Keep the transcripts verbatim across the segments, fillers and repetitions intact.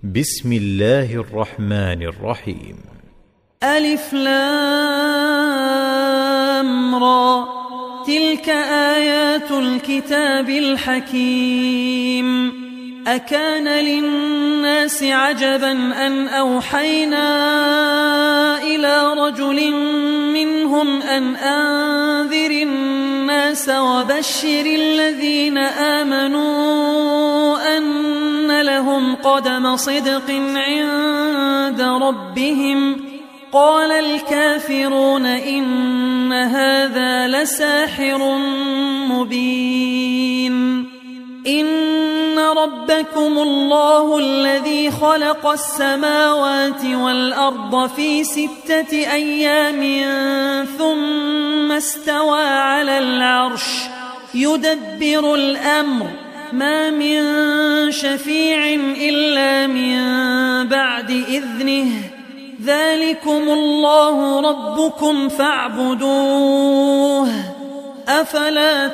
بسم الله الرحمن الرحيم. ألف لام را، تلك آيات الكتاب الحكيم. أكان للناس عجبا أن أوحينا إلى رجل منهم أن أنذر الناس وبشر الذين آمنوا أن لهم قدم صدق عند ربهم. قال الكافرون إن هذا لساحر مبين. إن ربكم الله الذي خلق السماوات والأرض في ستة أيام ثم استوى على العرش يدبر الأمر، ما من شفيع إلا من بعد إذنه. ذلكم الله ربكم فاعبدوه، أفلا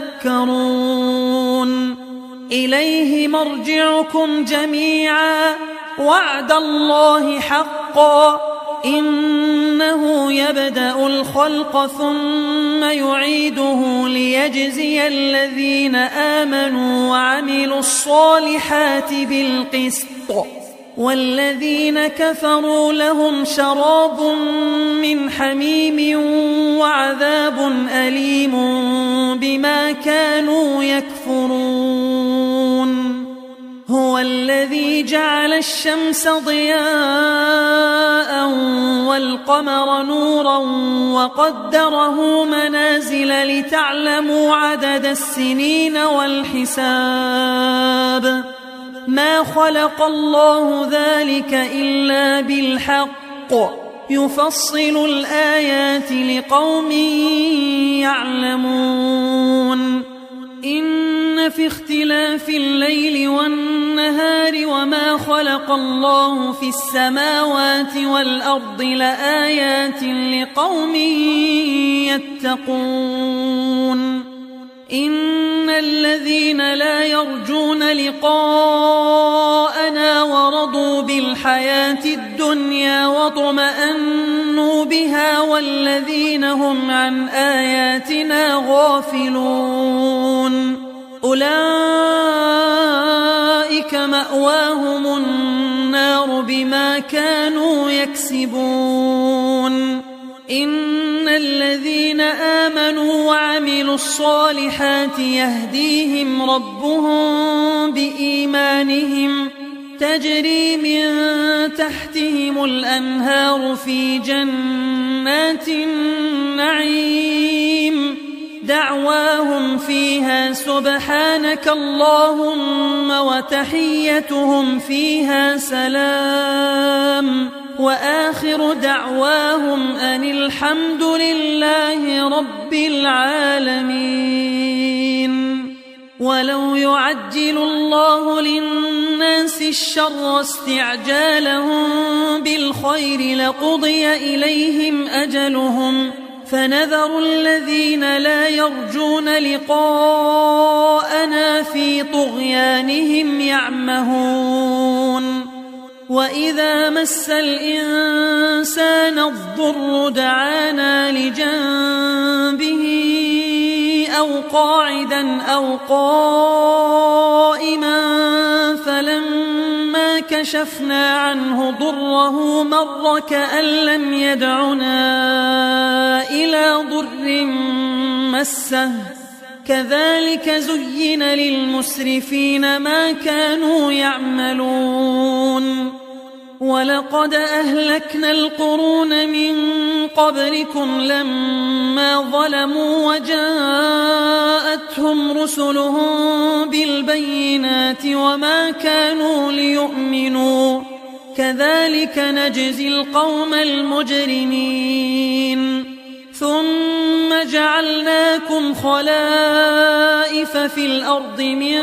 تذكرون. إليه مرجعكم جميعا، وعد الله حقا، إنه يبدأ الخلق ثم يعيده ليجزي الذين آمنوا وعملوا الصالحات بالقسط، والذين كفروا لهم شراب من حميم وعذاب أليم بما كانوا يكفرون. هو الذي جعل الشمس ضياء والقمر نورا وقدره منازل لتعلموا عدد السنين والحساب. ما خلق الله ذلك إلا بالحق، يفصل الآيات لقوم يعلمون. إن في اختلاف الليل والنهار وما خلق الله في السماوات والأرض لآيات لقوم يتقون. إن الذين لا يرجون لقاءنا ورضوا بالحياة الدنيا واطمأنوا بها والذين هم عن آياتنا غافلون أولئك مأواهم النار بما كانوا يكسبون. إن الذين آمنوا وعملوا الصالحات يهديهم ربهم بإيمانهم، تجري من تحتهم الأنهار في جنات النعيم. دعواهم فيها سبحانك اللهم وتحيتهم فيها سلام، وآخر دعواهم أن الحمد لله رب العالمين. ولو يعجل الله للناس الشر استعجالهم بالخير لقضي إليهم أجلهم، فنذر الذين لا يرجون لقاءنا في طغيانهم يعمهون. وإذا مس الإنسان الضر دعانا لجنبه أو قاعدا أو قائما، فلما كشفنا عنه ضره مر كأن لم يدعنا إلى ضر مسه. كذلك زين للمسرفين ما كانوا يعملون. ولقد أهلكنا القرون من قبلكم لما ظلموا وجاءتهم رسلهم بالبينات وما كانوا ليؤمنوا، كذلك نجزي القوم المجرمين. ثم جعلناكم خلائف في الأرض من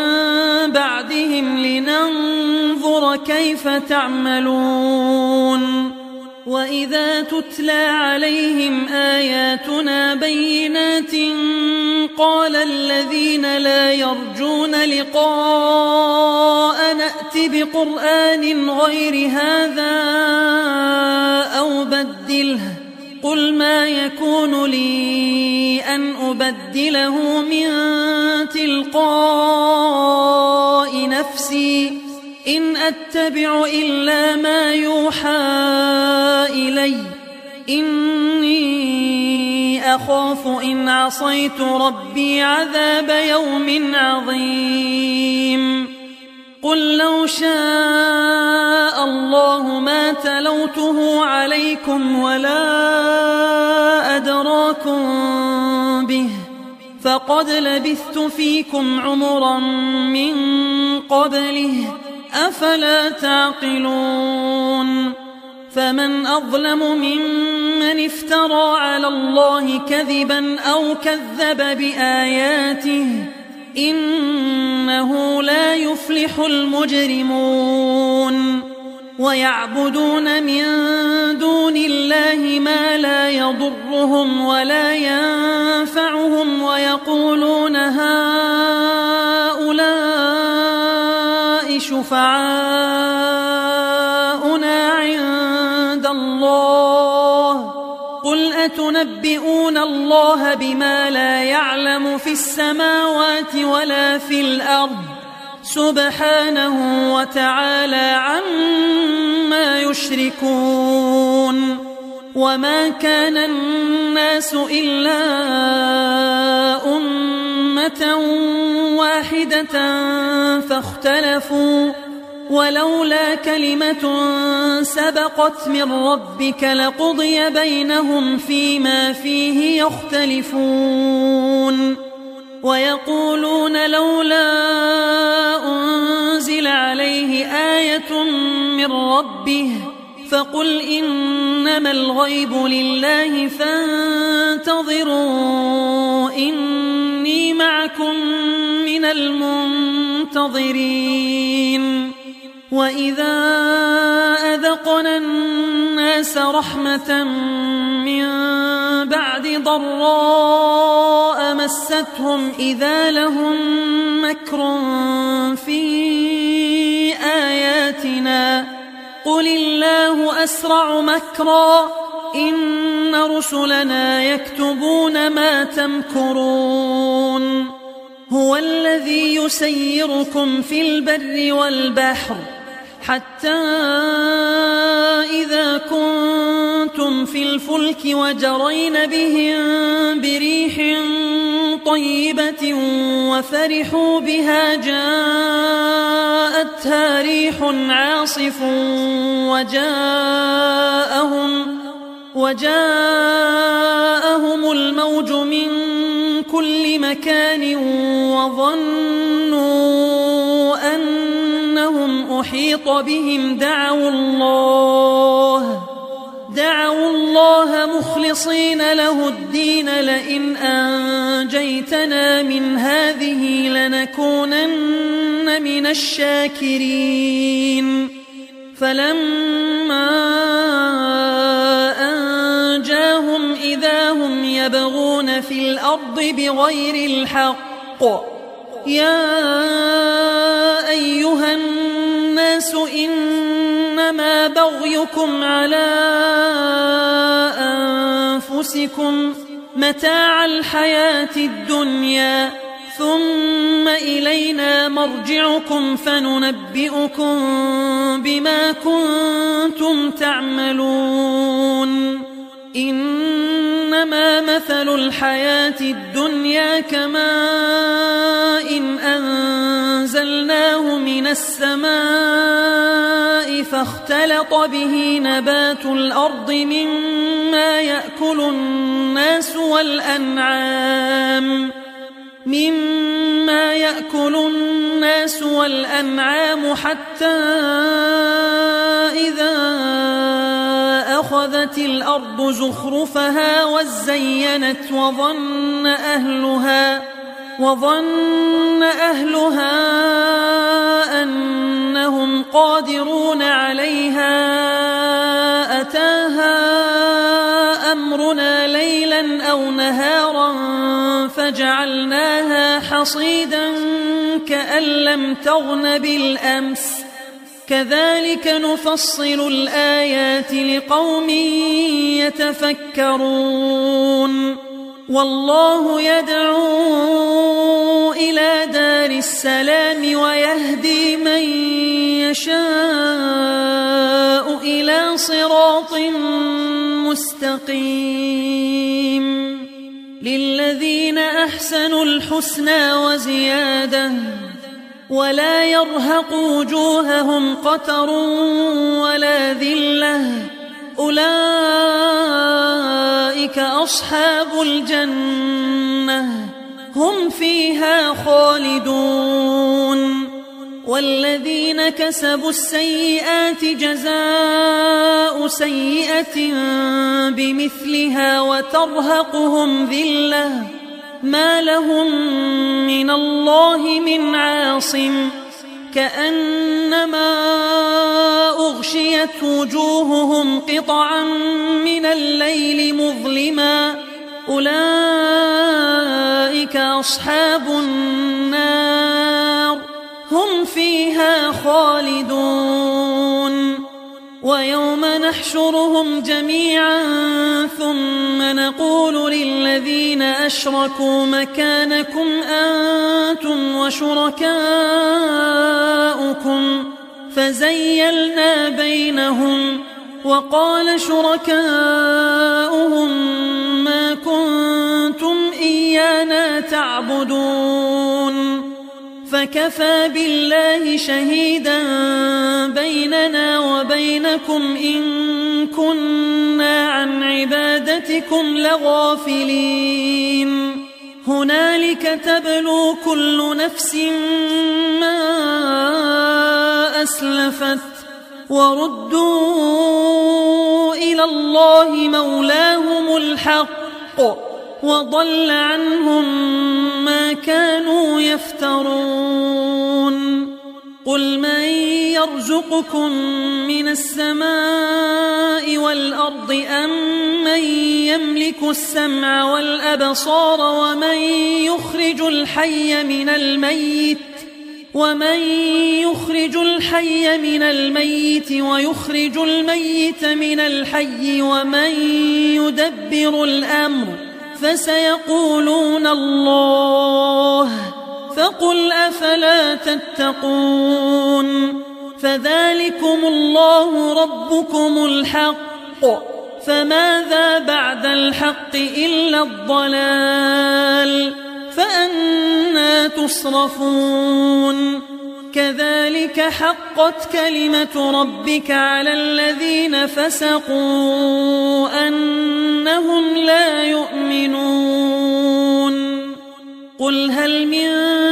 بعدهم لننظر كيف تعملون. وإذا تتلى عليهم آياتنا بينات قال الذين لا يرجون لقاء نأت بقرآن غير هذا أو بدله قل ما يكون لي أن أبدله من تلقاء نفسي إن أتبع إلا ما يوحى إلي إني أخاف إن عصيت ربي عذاب يوم عظيم قل لو شاء الله ما تلوته عليكم ولا أدراكم به فقد لبثت فيكم عمرا من قبله أفلا تعقلون فمن أظلم ممن افترى على الله كذبا أو كذب بآياته إنه لا يفلح المجرمون ويعبدون من دون الله ما لا يضرهم ولا ينفعهم ويقولون هؤلاء شفعاؤنا عند الله قل أتنبئون الله بما لا يعلم في السماوات ولا في الأرض سبحانه وتعالى عما يشركون وما كان الناس إلا أمة واحدة فاختلفوا ولولا كلمة سبقت من ربك لقضي بينهم فيما فيه يختلفون ويقولون لولا أنزل عليه آية من ربه فقل إنما الغيب لله فانتظروا إني معكم من المنتظرين وإذا أذقنا الناس رحمة من بعد ضراء مستهم إذا لهم مكر في آياتنا قل الله أسرع مكرا إن رسلنا يكتبون ما تمكرون هو الذي يسيركم في البر والبحر حتى إذا كنتم في الفلك وجرين بهم بريح طيبة وفرحوا بها جاءتها ريح عاصف وجاءهم, وجاءهم الموج من كل مكان وظنوا أنهم أحيط بهم دعوا الله دعوا الله مخلصين له الدين لئن أنجيتنا من هذه لنكونن من الشاكرين فلما أنجاهم إذا هم يبغون في الأرض بغير الحق يا أيها الناس إنما بغيكم على أنفسكم متاع الحياة الدنيا ثم إلينا مرجعكم فننبئكم بما كنتم تعملون إنما مثل الحياة الدنيا كماء إن أنزلناه من السماء فاختلط به نبات الأرض مما يأكل الناس والأنعام مما يأكل الناس والأنعام حتى إذا أخذت الأرض زخرفها وزينت وظن أهلها وظن أهلها أنهم أنهم قادرون عليها أتاها أمرنا ليلا أو نهارا فجعلناها حصيدا كأن لم تغن بالأمس كذلك نفصل الآيات لقوم يتفكرون والله يدعو إلى دار السلام ويهدي من يشاء إلى صراط مستقيم للذين أحسنوا الحسنى وزيادة ولا يرهق وجوههم قتر ولا ذلة أولئك أصحاب الجنة هم فيها خالدون والذين كسبوا السيئات جزاء سيئة بمثلها وترهقهم ذلة ما لهم من الله من عاصم كأنما أغشيت وجوههم قطعا من الليل مظلما أولئك أصحاب النار هم فيها خالدون ويوم نحشرهم جميعا ثم نقول للذين أشركوا مكانكم أنتم وشركاؤكم فزيلنا بينهم وقال شركاؤهم ما كنتم إيانا تعبدون فكفى بالله شهيدا بيننا وبينكم إن كنا عن عبادتكم لغافلين هنالك تبلو كل نفس ما أسلفت وردوا إلى الله مولاهم الحق وضل عنهم ما كانوا يفترون قل من يرزقكم من السماء والأرض أم من يملك السمع والأبصار ومن يخرج الحي من الميت ومن يخرج الحي من الميت ويخرج الميت من الحي ومن يدبر الأمر فسيقولون الله فقل أفلا تتقون فذلكم الله ربكم الحق فماذا بعد الحق إلا الضلال فأنى تصرفون كذلك حقت كلمة ربك على الذين فسقوا أنهم لا يؤمنون قل هل من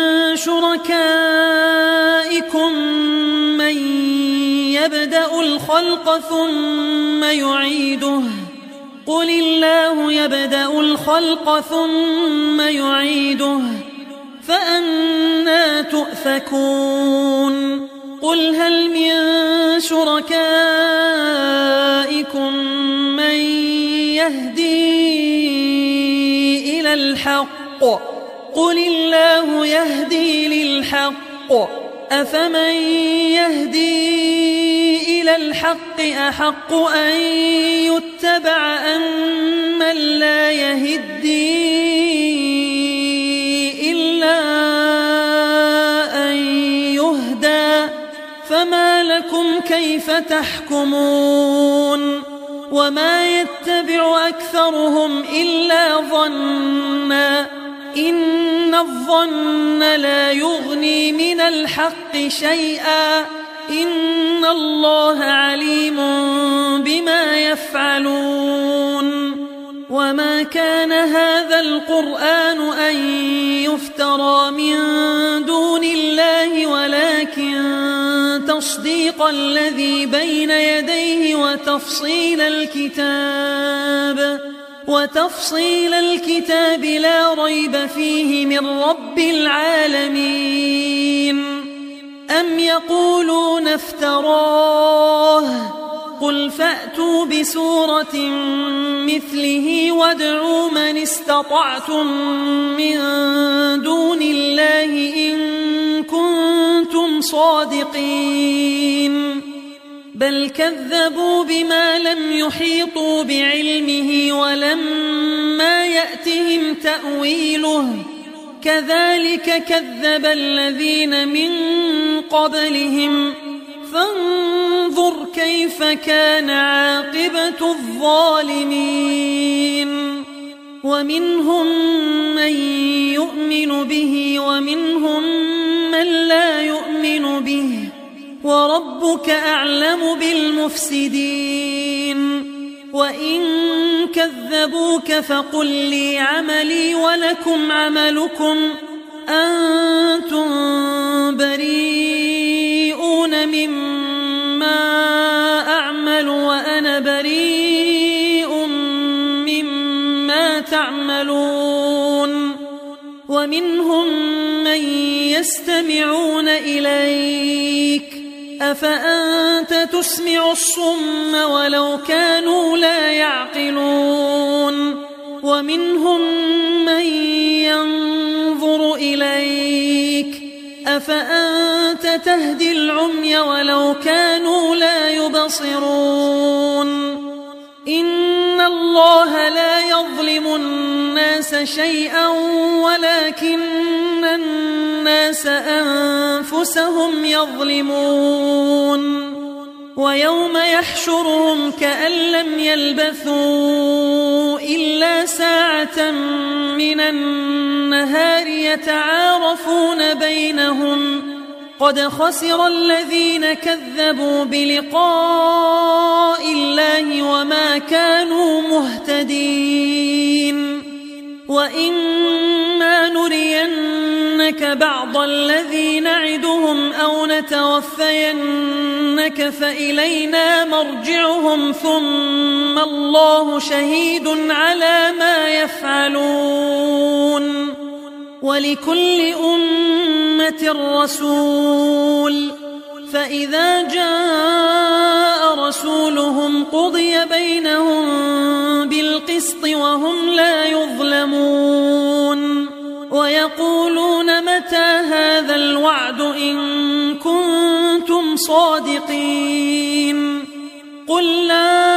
شركائكم من يبدأ الخلق ثم يعيده قل الله يبدأ الخلق ثم يعيده فأنى تؤفكون قل هل من شركائكم من يهدي إلى الحق قل الله يهدي للحق أفمن يهدي إلى الحق أحق أن يتبع أم من لا يهدي إلا أن يهدى فما لكم كيف تحكمون وما يتبع أكثرهم إلا ظنا إن الظن لا يغني من الحق شيئا إن الله عليم بما يفعلون وما كان هذا القرآن أن يفترى من دون الله ولكن تصديق الذي بين يديه وتفصيل الكتاب وتفصيل الكتاب لا ريب فيه من رب العالمين أم يقولون افتراه قل فأتوا بسورة مثله وادعوا من استطعتم من دون الله إن كنتم صادقين بل كذبوا بما لم يحيطوا بعلمه ولما يأتهم تأويله كذلك كذب الذين من قبلهم فانظر كيف كان عاقبة الظالمين ومنهم من يؤمن به ومنهم من لا يؤمن به وربك أعلم بالمفسدين وإن كذبوك فقل لي عملي ولكم عملكم أنتم بريئون مما أعمل وأنا بريء مما تعملون ومنهم من يستمعون إليك أفأنت تسمع الصم ولو كانوا لا يعقلون ومنهم من ينظر إليك أفأنت تهدي العمي ولو كانوا لا يبصرون إن الله لا يظلم الناس شيئا ولكن الناس أنفسهم يظلمون ويوم يحشرهم كأن لم يلبثوا إلا ساعة من النهار يتعارفون بينهم قد خسر الذين كذبوا بلقاء الله وما كانوا مهتدين وإما نرينك بعض الذي نعدهم أو نتوفينك فإلينا مرجعهم ثم الله شهيد على ما يفعلون ولكل أمة رسول فإذا جاء رسولهم قضي بينهم بالقسط وهم لا يظلمون ويقولون متى هذا الوعد إن كنتم صادقين قل لا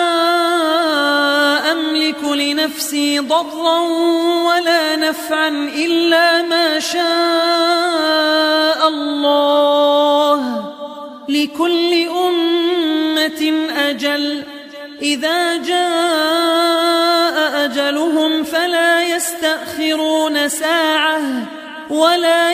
أملك لنفسي ضرا ولا نفعا إلا ما شاء الله لكل أمة أجل إذا جاء أجلهم فلا يستأخرون ساعة ولا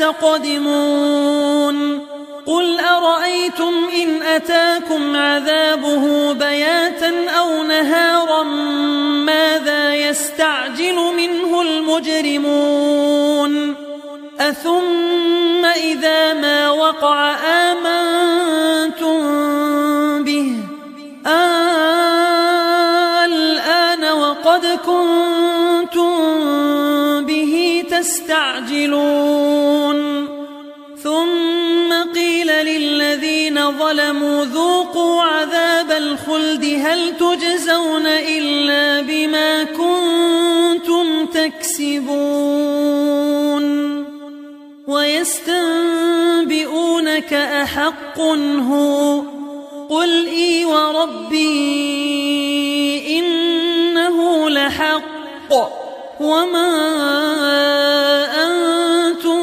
يستقدمون قل أرأيتم إن أتاكم عذابه بياتا أو نهارا ماذا يستعجل منه المجرمون أثم إذا ما وقع آمنتم به الآن وقد كنتم به تستعجلون ثم قيل للذين ظلموا ذوقوا عذاب الخلد هل تجزون إلا بما كنتم تكسبون ويستنبئونك أحق هو قل إي وربي إنه لحق وما أنتم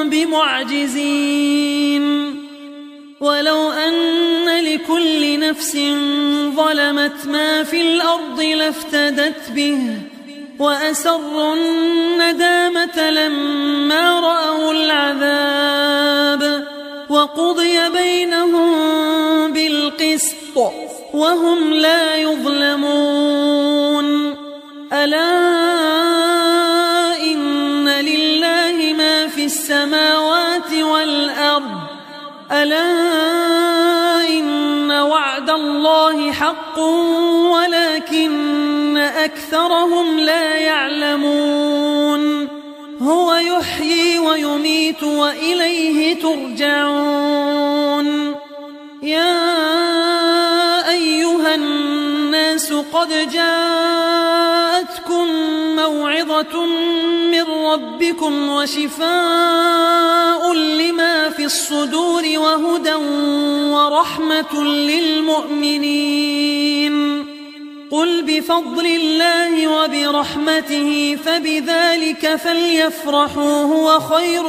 بمعجزين ولو أن لكل نفس ظلمت ما في الأرض لافتدت به وأسروا الندامة لما رأوا العذاب وقضي بينهم بالقسط وهم لا يظلمون ألا إن لله ما في السماوات والأرض ألا إن وعد الله حق ولكن أكثرهم لا يعلمون هو يحيي ويميت وإليه ترجعون يا أيها الناس قد جاءتكم موعظة من ربكم وشفاء لما في الصدور وهدى ورحمة للمؤمنين قل بفضل الله وبرحمته فبذلك فليفرحوا هو خير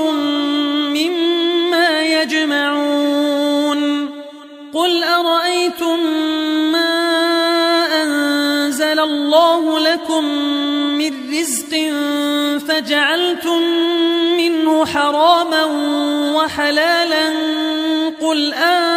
مما يجمعون قل أرأيتم ما أنزل الله لكم من رزق فجعلتم منه حراما وحلالا قل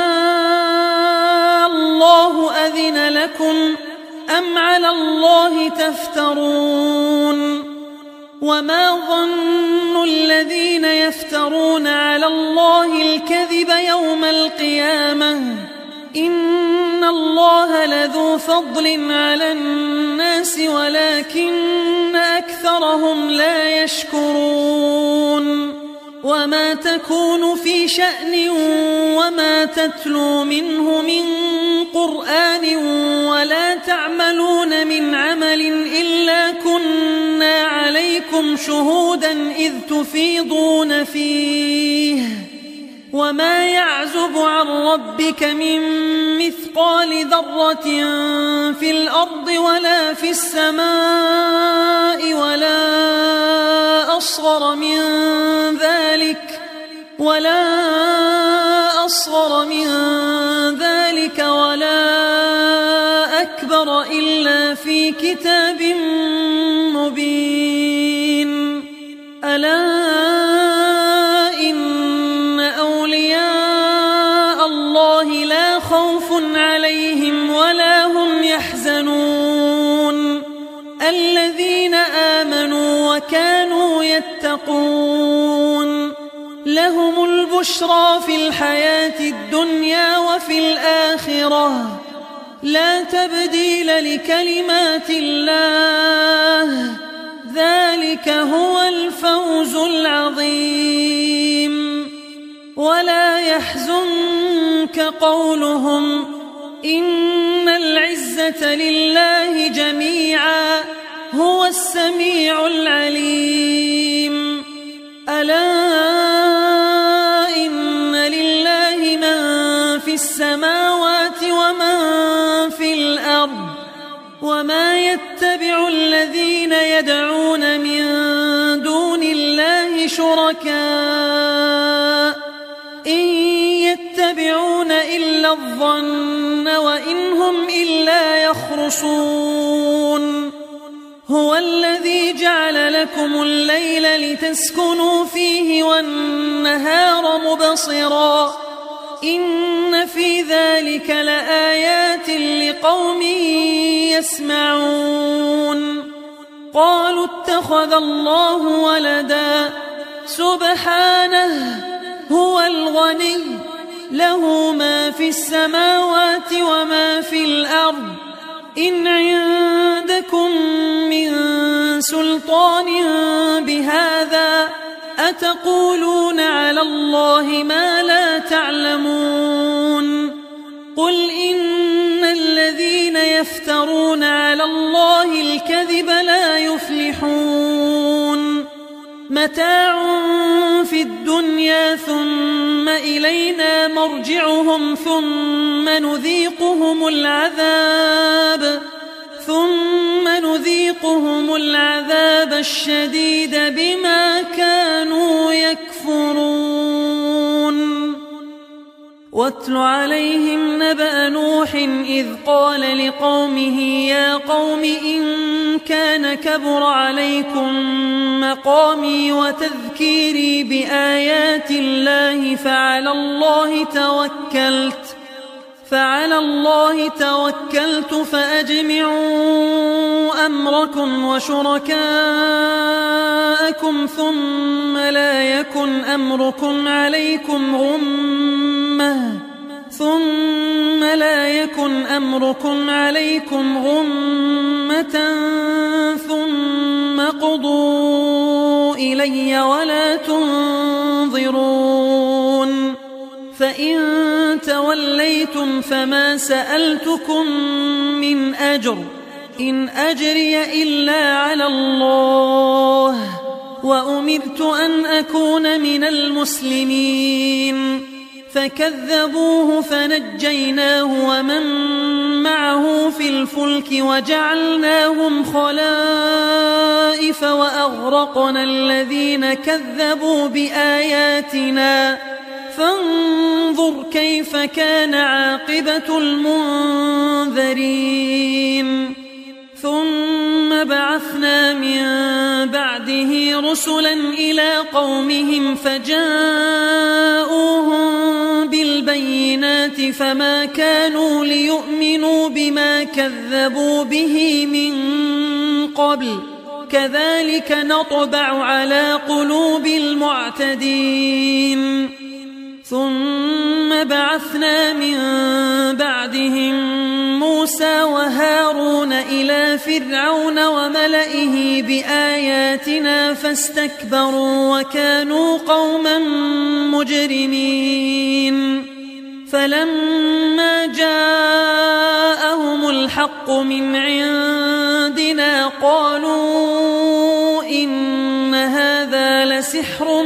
آه الله أذن لكم أم على الله تفترون وما ظن الذين يفترون على الله الكذب يوم القيامة إن الله لذو فضل على الناس ولكن أكثرهم لا يشكرون وما تكون في شأن وما تتلو منه من قرآن ولا تعملون من عمل إلا كنا عليكم شهودا إذ تفيضون فيه وما يعزب عن ربك من مثقال ذرة في الأرض ولا في السماء ولا أصغر من ذلك ولا أصغر من ذلك ولا أكبر إلا في كتاب مبين ألا إن أولياء الله لا خوف عليهم ولا هم يحزنون الذين آمنوا وكانوا يتقون لهم البشرى في الحياة الدنيا وفي الآخرة لا تبديل لكلمات الله ذلك هو الفوز العظيم ولا يحزنك قولهم إن العزة لله جميعا هو السميع العليم ألا إن لله من في السماوات ومن في الأرض وما يتبع الذين يدعون من دون الله شركاء إن يتبعون إلا الظن وإن هم إلا يخرصون هو الذي جعل لكم الليل لتسكنوا فيه والنهار مبصرا إن في ذلك لآيات لقوم يسمعون قالوا اتخذ الله ولدا سبحانه هو الغني له ما في السماوات وما في الأرض إن عندكم من سلطان بهذا أتقولون على الله ما لا تعلمون قل إن الذين يفترون على الله الكذب لا يفلحون متاع في الدنيا ثم إلينا مرجعهم ثم نذيقهم العذاب ثم نذيقهم العذاب الشديد بما كانوا يكفرون واتل عليهم نبأ نوح إذ قال لقومه يا قوم إن كان كبر عليكم مقامي وتذكيري بآيات الله فعلى الله توكلت فعلى الله توكلت فأجمعوا أمركم وشركاءكم ثم لا يكن أمركم عليكم غمة ثم لا يكن أمركم عليكم غمة ثم قضوا إلي ولا تنظرون فإن توليتم فما سألتكم من أجر إن أجري إلا على الله وأمرت أن أكون من المسلمين فكذبوه فنجيناه ومن معه في الفلك وجعلناهم خلائف وأغرقنا الذين كذبوا بآياتنا فانظر كيف كان عاقبة المنذرين ثم بعثنا من بعده رسلا إلى قومهم فجاءوهم بالبينات فما كانوا ليؤمنوا بما كذبوا به من قبل كذلك نطبع على قلوب المعتدين ثم بعثنا من بعدهم موسى وهارون إلى فرعون وملئه بآياتنا فاستكبروا وكانوا قوما مجرمين فلما جاءهم الحق من عندنا قالوا إن هذا لسحر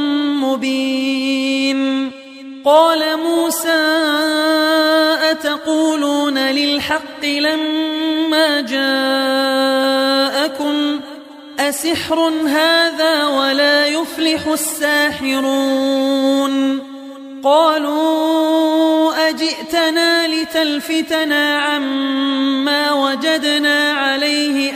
مبين قال موسى أتقولون للحق لما جاءكم أسحر هذا ولا يفلح الساحرون قالوا أجئتنا لتلفتنا عما وجدنا عليه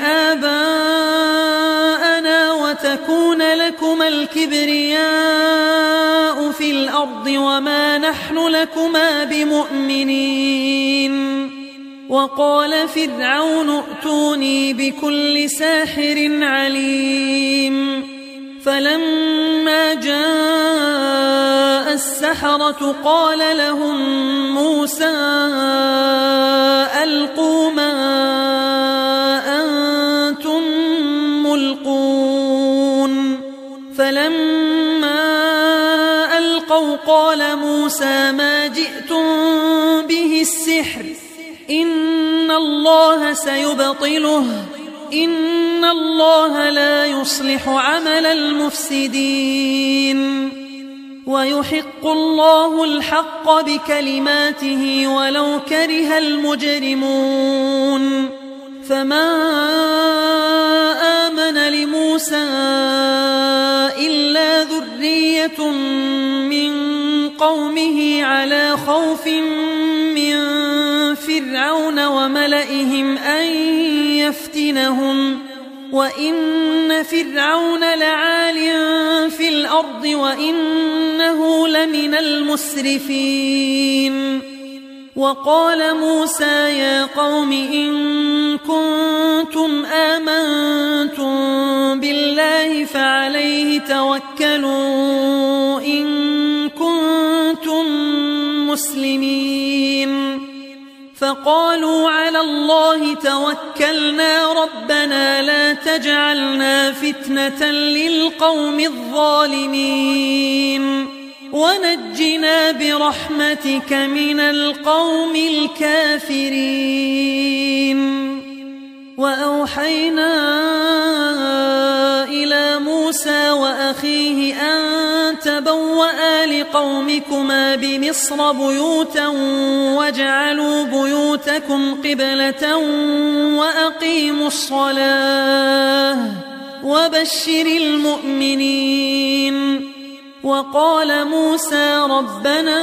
آباءنا وتكون لكما الكبرياء في الأرض وما نحن لكما بمؤمنين وقال فرعون ائتوني بكل ساحر عليم فلما جاء السحرة قال لهم موسى ألقوا ما أنتم ملقون فلما ألقوا قال موسى ما جئتم به السحر إن الله سيبطله إن الله لا يصلح عمل المفسدين ويحق الله الحق بكلماته ولو كره المجرمون فما آمن لموسى إلا ذرية من قومه على خوف من فرعون وملئهم أن يفتنهم وإن فرعون لعال في الأرض وإنه لمن المسرفين وقال موسى يا قوم إن كنتم آمنتم بالله فعليه توكلوا إن كنتم مسلمين فقالوا على الله توكلنا ربنا لا تجعلنا فتنة للقوم الظالمين ونجنا برحمتك من القوم الكافرين وأوحينا إلى موسى وأخيه أن تبوأ لقومكما بمصر بيوتا واجعلوا بيوتكم قبلة وأقيموا الصلاة وبشر المؤمنين وقال موسى ربنا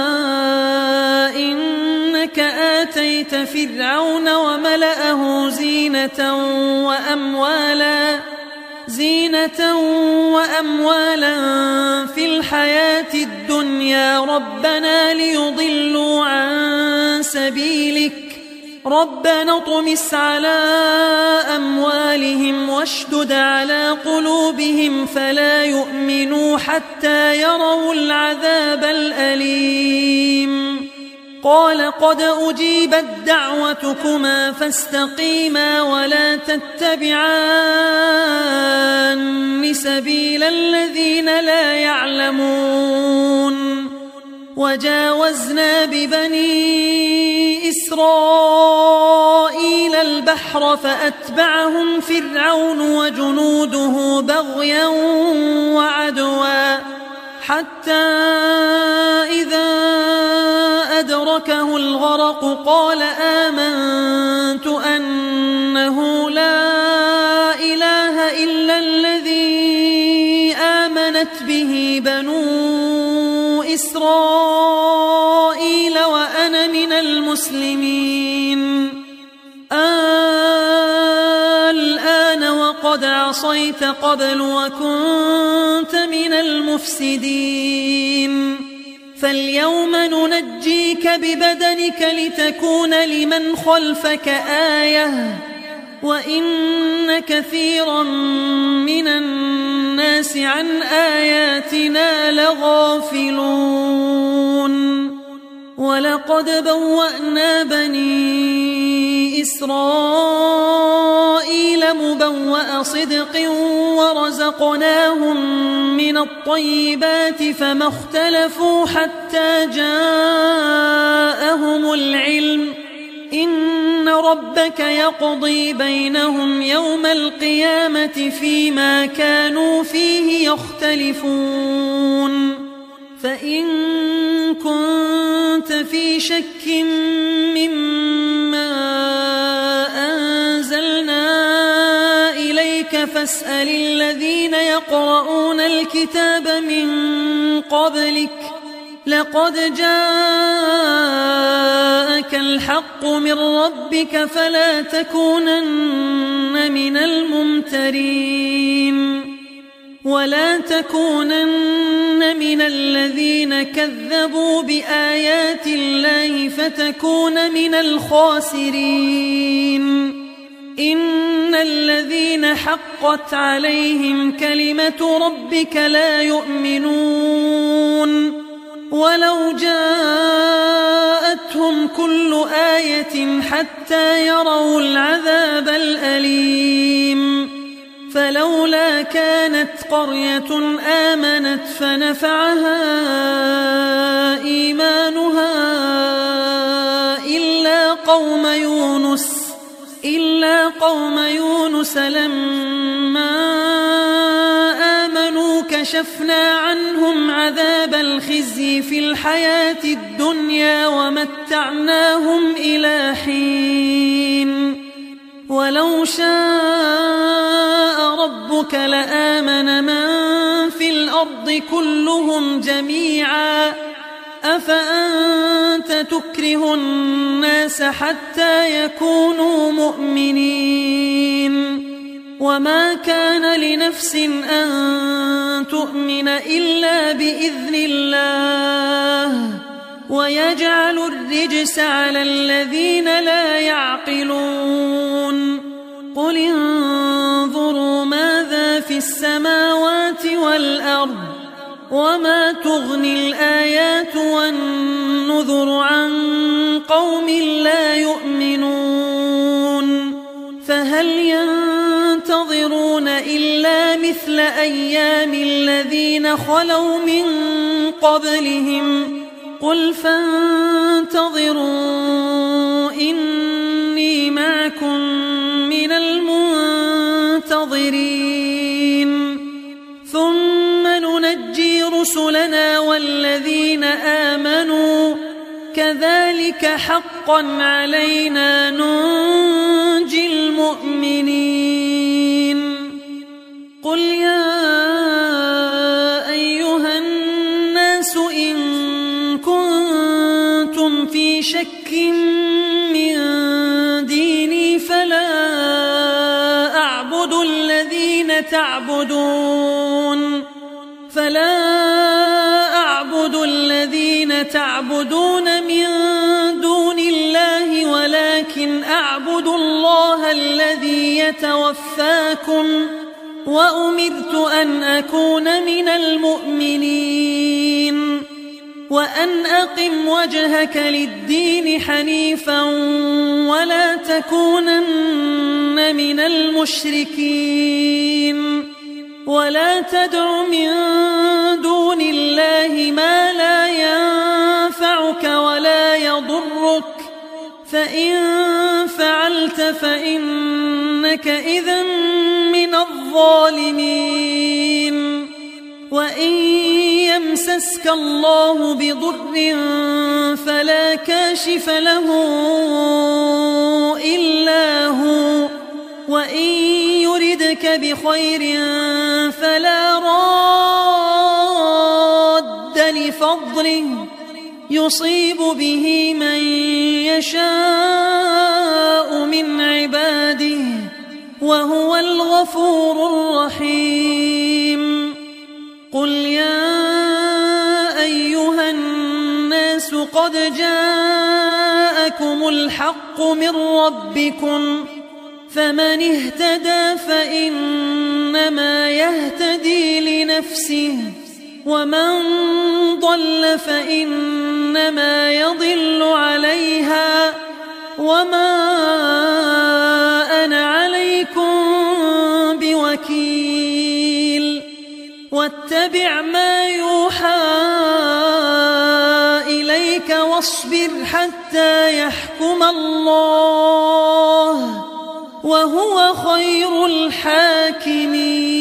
إنك آتيت فرعون وملأه زينة وأموالا زينة وأموالا في الحياة الدنيا ربنا ليضلوا عن سبيلك ربنا اطمس على أموالهم واشدد على قلوبهم فلا يؤمنوا حتى يروا العذاب الأليم قال قد أجيبت دعوتكما فاستقيما ولا تتبعان سبيل الذين لا يعلمون وجاوزنا ببني إسرائيل البحر فأتبعهم فرعون وجنوده بغيا وعدوا حتى إذا أدركه الغرق قال آمنت أنه لا إله إلا الذي آمنت به بنو إسرائيل وأنا من المسلمين الآن وقد عصيت قبل وكنت من المفسدين فاليوم ننجيك ببدنك لتكون لمن خلفك آية وإن كثيرا من الناس عن آياتنا لغافلون ولقد بوأنا بني إسرائيل مبوأ صدق ورزقناهم من الطيبات فما اختلفوا حتى جاءهم العلم إن ربك يقضي بينهم يوم القيامة فيما كانوا فيه يختلفون فإن كنت في شك مما أنزلنا إليك فاسأل الذين يقرؤون الكتاب من قبلك لقد جاءك الحق من ربك فلا تكونن من الممترين ولا تكونن من الذين كذبوا بآيات الله فتكون من الخاسرين إن الذين حقت عليهم كلمة ربك لا يؤمنون ولو جاءتهم كل آية حتى يروا العذاب الأليم فلولا كانت قرية آمنت فنفعها إيمانها إلا قوم يونس إلا قوم يونس لما آمنوا كشفنا عنهم عذاب الخزي في الحياة الدنيا ومتعناهم إلى حين ولو شاء ربك لآمن من في الأرض كلهم جميعا أفأنت تكره الناس حتى يكونوا مؤمنين وما كان لنفس أن تؤمن إلا بإذن الله ويجعل الرجس على الذين لا يعقلون قل انظروا ماذا في السماوات والأرض وما تغني الآيات والنذر عن قوم لا يؤمنون فهل ينتظرون إلا مثل أيام الذين خلوا من قبلهم قل فانتظروا إني معكم من المنتظرين ثم ننجي رسلنا والذين آمنوا كذلك حقا علينا ننجي المؤمنين قل يا أيها الناس إن كنتم في شك من ديني فلا أعبد الذين تعبدون فلا أعبد الذين تعبدون من دون الله ولكن أعبد الله الذي يتوفاكم وأمرت أن أكون من المؤمنين وأن أقم وجهك للدين حنيفا ولا تكونن من المشركين ولا تدع من دون الله ما لا ينفعك ولا يضرك فإن فعلت فإنك إذن من الظالمين وإن يمسسك الله بضر فلا كاشف له إلا هو وإن يردك بخير فلا راد لفضله يصيب به من يشاء من عباده وهو الغفور الرحيم قل يا أيها الناس قد جاءكم الحق من ربكم فمن اهتدى فإنما يهتدي لنفسه ومن ضل فإنما يضل عليها وما أنا عليكم بوكيل واتبع ما يوحى إليك واصبر حتى يحكم الله وهو خير الحاكمين.